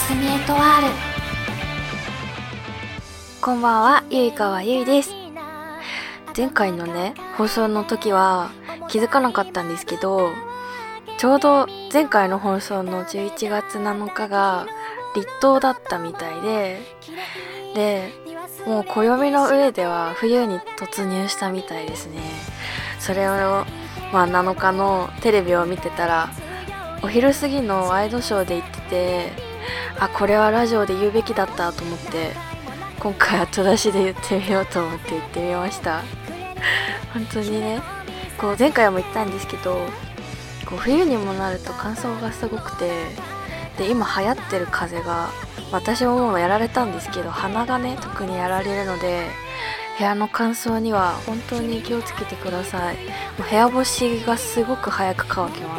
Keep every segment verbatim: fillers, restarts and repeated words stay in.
すみエトワール。こんばんは、ゆいかわゆいです。前回のね放送の時は気づかなかったんですけど、ちょうど前回の放送のじゅういちがつなのかが立冬だったみたいで、でもう暦の上では冬に突入したみたいですね。それをまあなのかのテレビを見てたら、お昼過ぎのワイドショーで言ってて、あ、これはラジオで言うべきだったと思って、今回後出しで言ってみようと思って言ってみました。本当にね、こう前回も言ったんですけど、こう冬にもなると乾燥がすごくて、で今流行ってる風邪が、私ももうやられたんですけど、鼻がね特にやられるので、部屋の乾燥には本当に気をつけてください。もう部屋干しがすごく早く乾きます。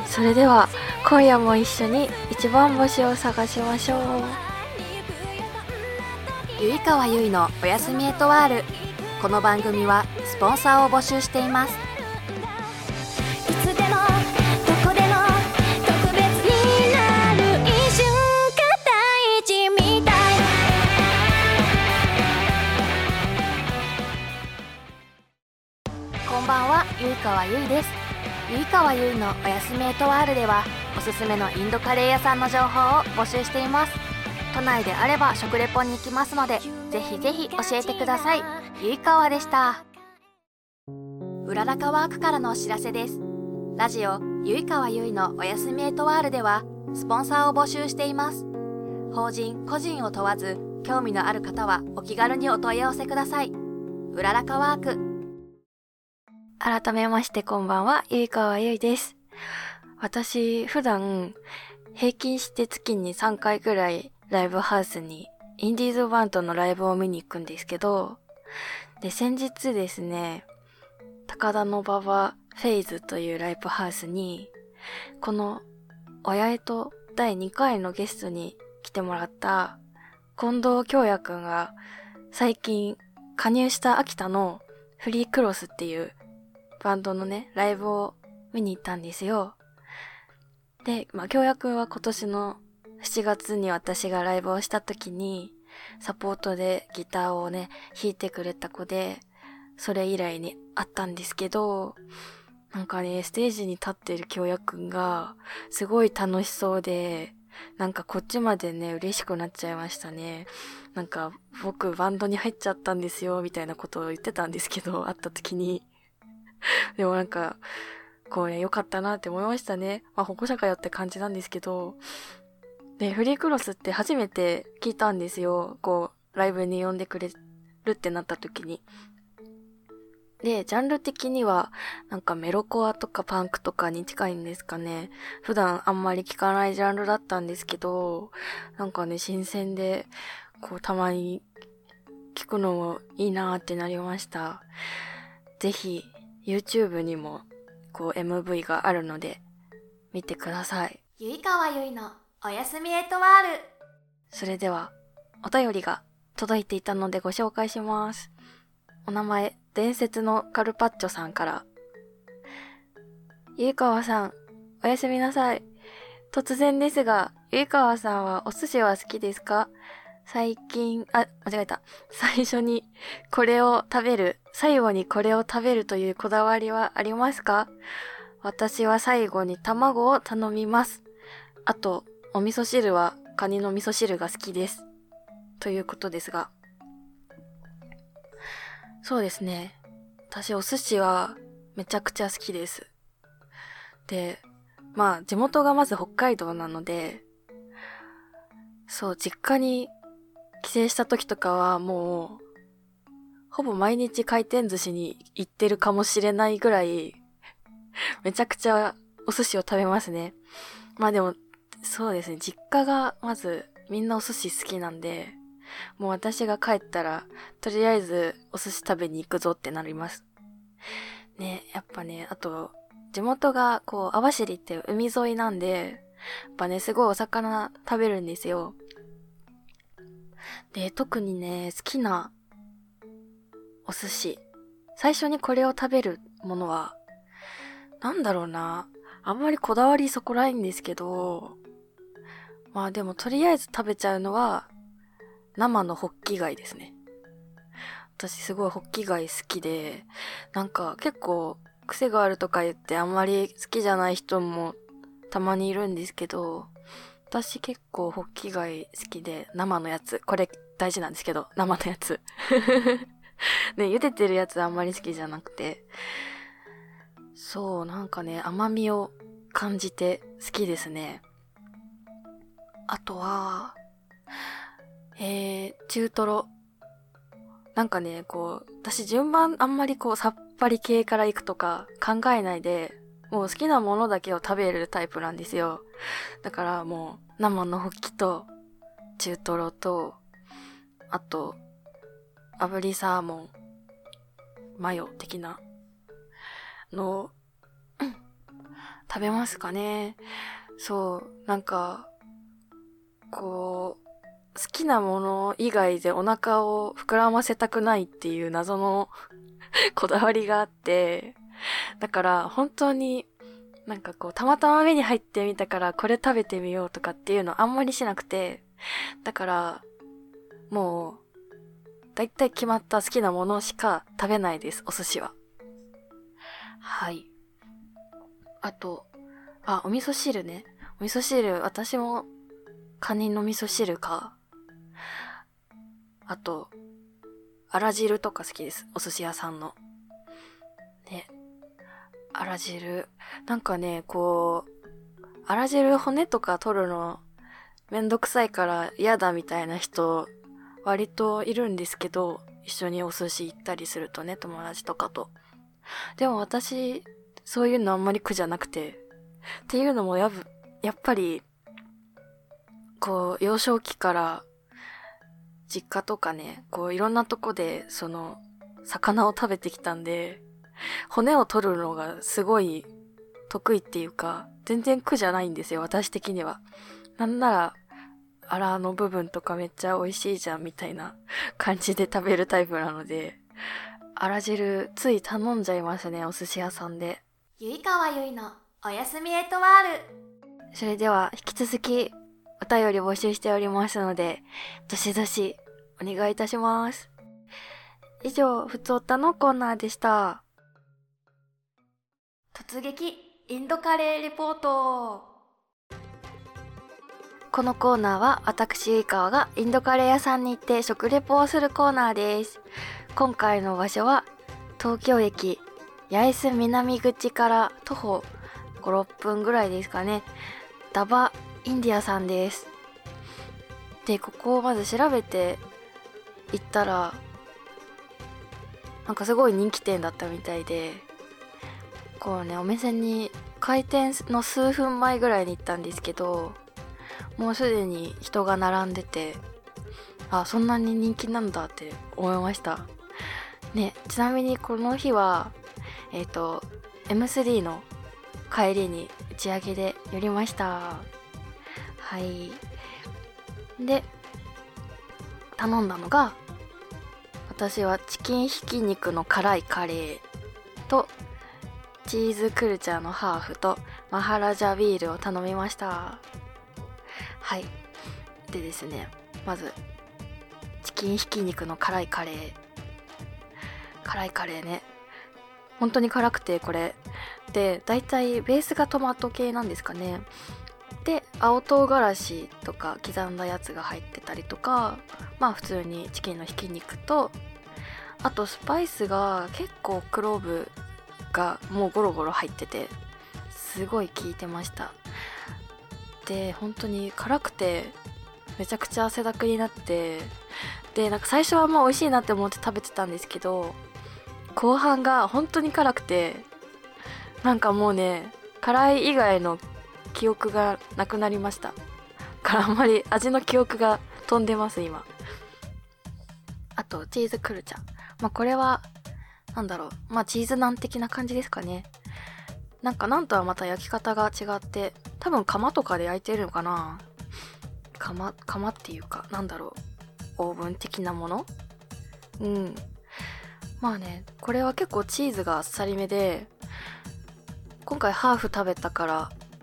それでは今夜も一緒に一番星を探しましょう。 ゆいかわゆいのおやすみエトワール。この番組はスポンサーを募集しています。 いつでもどこでも特別になる一瞬が大事みたい。 こんばんは、ゆいかわゆいです。ゆいかわゆいのおやすみエトワールでは、おすすめのインドカレー屋さんの情報を募集しています。都内であれば食レポに行きますので、ぜひぜひ教えてください。ゆいかわでした。うららかワークからのお知らせです。ラジオゆいかわゆいのおやすみエトワールではスポンサーを募集しています。法人個人を問わず、興味のある方はお気軽にお問い合わせください。うららかワーク。 改めましてこんばんは、ゆいかわゆいです。私普段平均して月にさんかいくらいライブハウスにインディーズバンドのライブを見に行くんですけど、で先日ですね、高田馬場フェイズというライブハウスに、この親江とだいにかいのゲストに来てもらった近藤京也くんが最近加入した秋田のフリークロスっていうバンドのねライブを見に行ったんですよ。で、まあ京也くんは今年のしちがつに私がライブをした時にサポートでギターをね弾いてくれた子で、それ以来に会ったんですけど、なんかねステージに立ってる京也くんがすごい楽しそうで、なんかこっちまでね嬉しくなっちゃいましたね。なんか僕バンドに入っちゃったんですよみたいなことを言ってたんですけど、会った時にでもなんかこうね良かったなって思いましたね。まあ保護者かよって感じなんですけど、でフリークロスって初めて聞いたんですよ。こうライブに呼んでくれるってなった時に。でジャンル的にはなんかメロコアとかパンクとかに近いんですかね。普段あんまり聞かないジャンルだったんですけど、なんかね新鮮で、こうたまに聞くのもいいなーってなりました。ぜひ YouTube にもこう エムブイ があるので見てください。 ゆいかわゆいのおやすみエトワール。 それではお便りが届いていたのでご紹介します。お名前、伝説のカルパッチョさんから。ゆいかわさん、おやすみなさい。突然ですが、ゆいかわさんはお寿司は好きですか？最近、あ、間違えた。最初にこれを食べる、最後にこれを食べるというこだわりはありますか？私は最後に卵を頼みます。あと、お味噌汁はカニの味噌汁が好きです。ということですが。そうですね。私お寿司はめちゃくちゃ好きです。で、まあ地元がまず北海道なので、そう、実家に帰省した時とかはもう、ほぼ毎日回転寿司に行ってるかもしれないぐらい、めちゃくちゃお寿司を食べますね。まあでも、そうですね、実家がまずみんなお寿司好きなんで、もう私が帰ったらとりあえずお寿司食べに行くぞってなりますね。やっぱね、あと地元がこう網走って海沿いなんで、やっぱねすごいお魚食べるんですよ。で特にね好きなお寿司、最初にこれを食べるものはなんだろうな、あんまりこだわりそこないんですけど、 まあでもとりあえず食べちゃうのは生のホッキ貝ですね。私すごいホッキ貝好きで、なんか結構癖があるとか言ってあんまり好きじゃない人もたまにいるんですけど、私結構ホッキ貝好きで、生のやつ、これ大事なんですけど、生のやつね、茹でてるやつあんまり好きじゃなくて、そう、なんかね、甘みを感じて好きですね。あとは、えー、中トロ。なんかね、こう、私順番あんまりこう、さっぱり系から行くとか考えないで、もう好きなものだけを食べるタイプなんですよ。だからもう、生のホッキと、中トロと、あと、炙りサーモン、マヨ的なのを、食べますかね。そう、なんか、こう、好きなもの以外でお腹を膨らませたくないっていう謎のこだわりがあって、だから本当になんかこうたまたま目に入ってみたからこれ食べてみようとかっていうのあんまりしなくて、だからもうだいたい決まった好きなものしか食べないです、お寿司は。はい。あと、あ、お味噌汁ね。お味噌汁、私もカニの味噌汁か。あと、あら汁とか好きです。お寿司屋さんの。ね。あら汁。なんかね、こう、あら汁骨とか取るのめんどくさいから嫌だみたいな人割といるんですけど、一緒にお寿司行ったりするとね、友達とかと。でも私、そういうのあんまり苦じゃなくて。っていうのもやぶ、やっぱり、こう、幼少期から実家とかね、こういろんなとこでその魚を食べてきたんで、骨を取るのがすごい得意っていうか、全然苦じゃないんですよ、私的には。なんなら、あらの部分とかめっちゃ美味しいじゃんみたいな感じで食べるタイプなので、あら汁つい頼んじゃいますね、お寿司屋さんで。 ゆいかわゆいのおやすみエトワール。 それでは引き続きお便り募集しておりますので、どしどしお願いいたします。以上、ふつおたのコーナーでした。 突撃インドカレーレポート。 このコーナーは私ゆいかわがインドカレー屋さんに行って食レポをするコーナーです。今回の場所は東京駅八重洲南口から徒歩ご、ろっぷんぐらいですかね。ダバインディアさんです。で、ここをまず調べて行ったら、なんかすごい人気店だったみたいで、こうね、お店に開店の数分前ぐらいに行ったんですけど、もうすでに人が並んでて、あ、そんなに人気なんだって思いましたね。ちなみにこの日はえっと エムスリー の帰りに打ち上げで寄りました。はい。で、頼んだのが、私はチキンひき肉の辛いカレーとチーズクルチャーのハーフとマハラジャビールを頼みました。はい。でですね、まずチキンひき肉の辛いカレー。辛いカレーね。本当に辛くてこれ。で、だいたいベースがトマト系なんですかね。で、青唐辛子とか刻んだやつが入ってたりとか、まあ普通にチキンのひき肉と、あとスパイスが結構クローブがもうゴロゴロ入ってて、すごい効いてました。で、本当に辛くてめちゃくちゃ汗だくになって、で、なんか最初はまあ美味しいなって思って食べてたんですけど、後半が本当に辛くて、なんかもうね、辛い以外の記憶がなくなりました。からあんまり味の記憶が飛んでます今。あとチーズクルチャー、まあこれはなんだろう、まあチーズナン的な感じですかね。なんかなんとはまた焼き方が違って、多分窯とかで焼いてるのかな。窯窯っていうかなんだろう、オーブン的なもの。うん。まあね、これは結構チーズがあっさりめで、今回ハーフ食べたから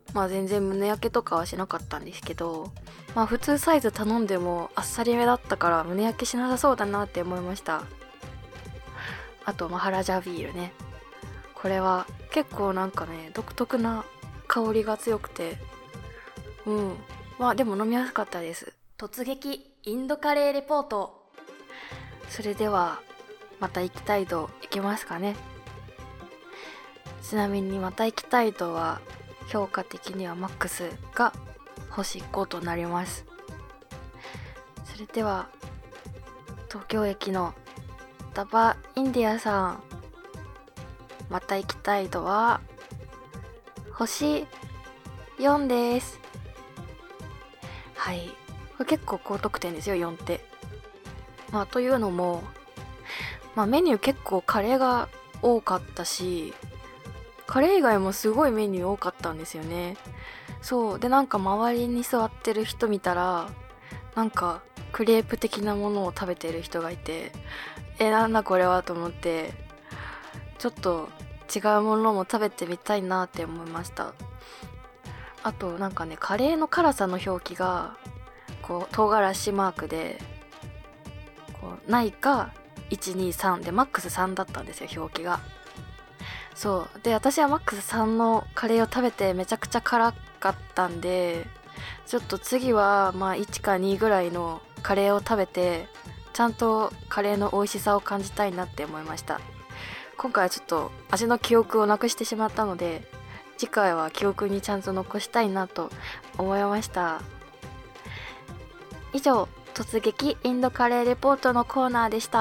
まあ全然胸焼けとかはしなかったんですけど、まあ普通サイズ頼んでもあっさりめだったから胸焼けしなさそうだなって思いました。あとマハラジャビールね、これは結構なんかね独特な香りが強くて、うんまあでも飲みやすかったです。 突撃インドカレーレポート。 それではまた行きたい度行きますかね。ちなみにまた行きたい度は評価的にはマックスが星ごとなります。それでは東京駅のダバインディアさん、また行きたい度は星よんです。はい、これ結構高得点ですよ、よんって。まあというのも、まあメニュー結構カレーが多かったし、カレー以外もすごいメニュー多かったんですよね。そうで、なんか周りに座ってる人見たら、なんかクレープ的なものを食べてる人がいて、えなんだこれはと思って、ちょっと違うものも食べてみたいなって思いました。あとなんかね、カレーの辛さの表記がこう唐辛子マークでこうないかいちにさんでマックスさんだったんですよ、表記が。そうで、私はマックスさんのカレーを食べてめちゃくちゃ辛かったんで、ちょっと次はまあいちかにぐらいのカレーを食べて、ちゃんとカレーの美味しさを感じたいなって思いました。今回はちょっと味の記憶をなくしてしまったので、次回は記憶にちゃんと残したいなと思いました。以上、突撃インドカレーレポートのコーナーでした。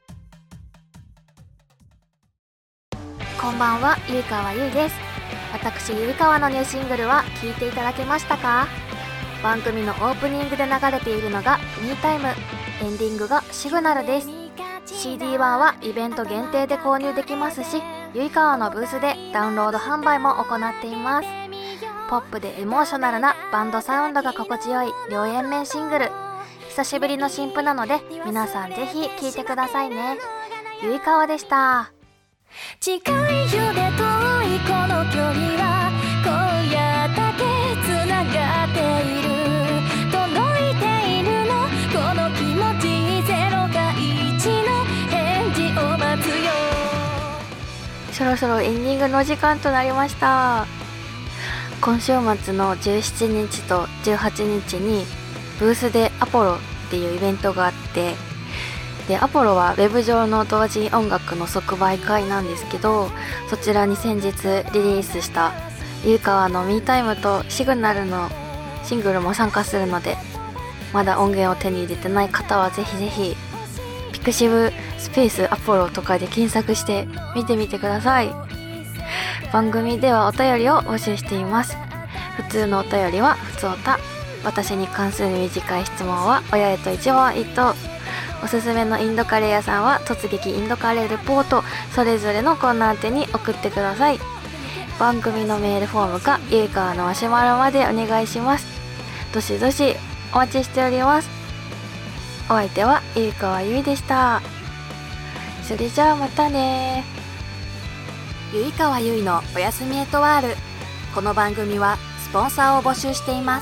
こんばんは、ゆいかわゆいです。私ゆいかわのニューシングルは聴いていただけましたか？番組のオープニングで流れているのがミータイム、エンディングがシグナルです。 シーディーワン はイベント限定で購入できますし、ゆいかわのブースでダウンロード販売も行っています。ポップでエモーショナルなバンドサウンドが心地よい両 円面シングル、久しぶりの新譜なので皆さんぜひ聴いてくださいね。ゆいかわでした。 近いようで遠いこの距離は今夜だけつながっている、届いているのこの気持ち、ゼロかいちの返事を待つよ。 そろそろエンディングの時間となりました。今週末のじゅうしちにちとじゅうはちにちにブースでアポロっていうイベントがあって、でアポロはウェブ上の同人音楽の即売会なんですけど、そちらに先日リリースしたゆいかわのミータイムとシグナルのシングルも参加するので、まだ音源を手に入れてない方はぜひぜひピクシブスペースアポロとかで検索して見てみてください。番組ではお便りを募集しています。普通のお便りはふつおた、私に関する短い質問は親へと一問一答、おすすめのインドカレー屋さんは突撃インドカレーレポート、それぞれのコーナー宛てに送ってください。番組のメールフォームかゆいかわのマシュマロまでお願いします。どしどしお待ちしております。お相手はゆいかわゆいでした。それじゃあまたね。 ゆいかわゆいのおやすみエトワール。この番組はスポンサーを募集しています。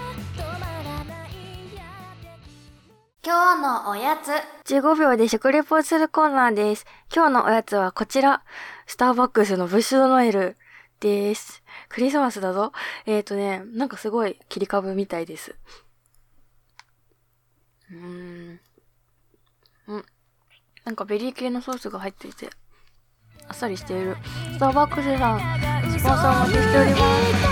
今日のおやつ。 じゅうごびょうで食レポをするコーナーです。今日のおやつはこちら。スターバックスのブッシュドノエルです。クリスマスだぞ。えーとね、なんかすごい切り株みたいです。うーん。うん。なんかベリー系のソースが入っていて、あっさりしている。スターバックスさん、スポンサーお待ちしております。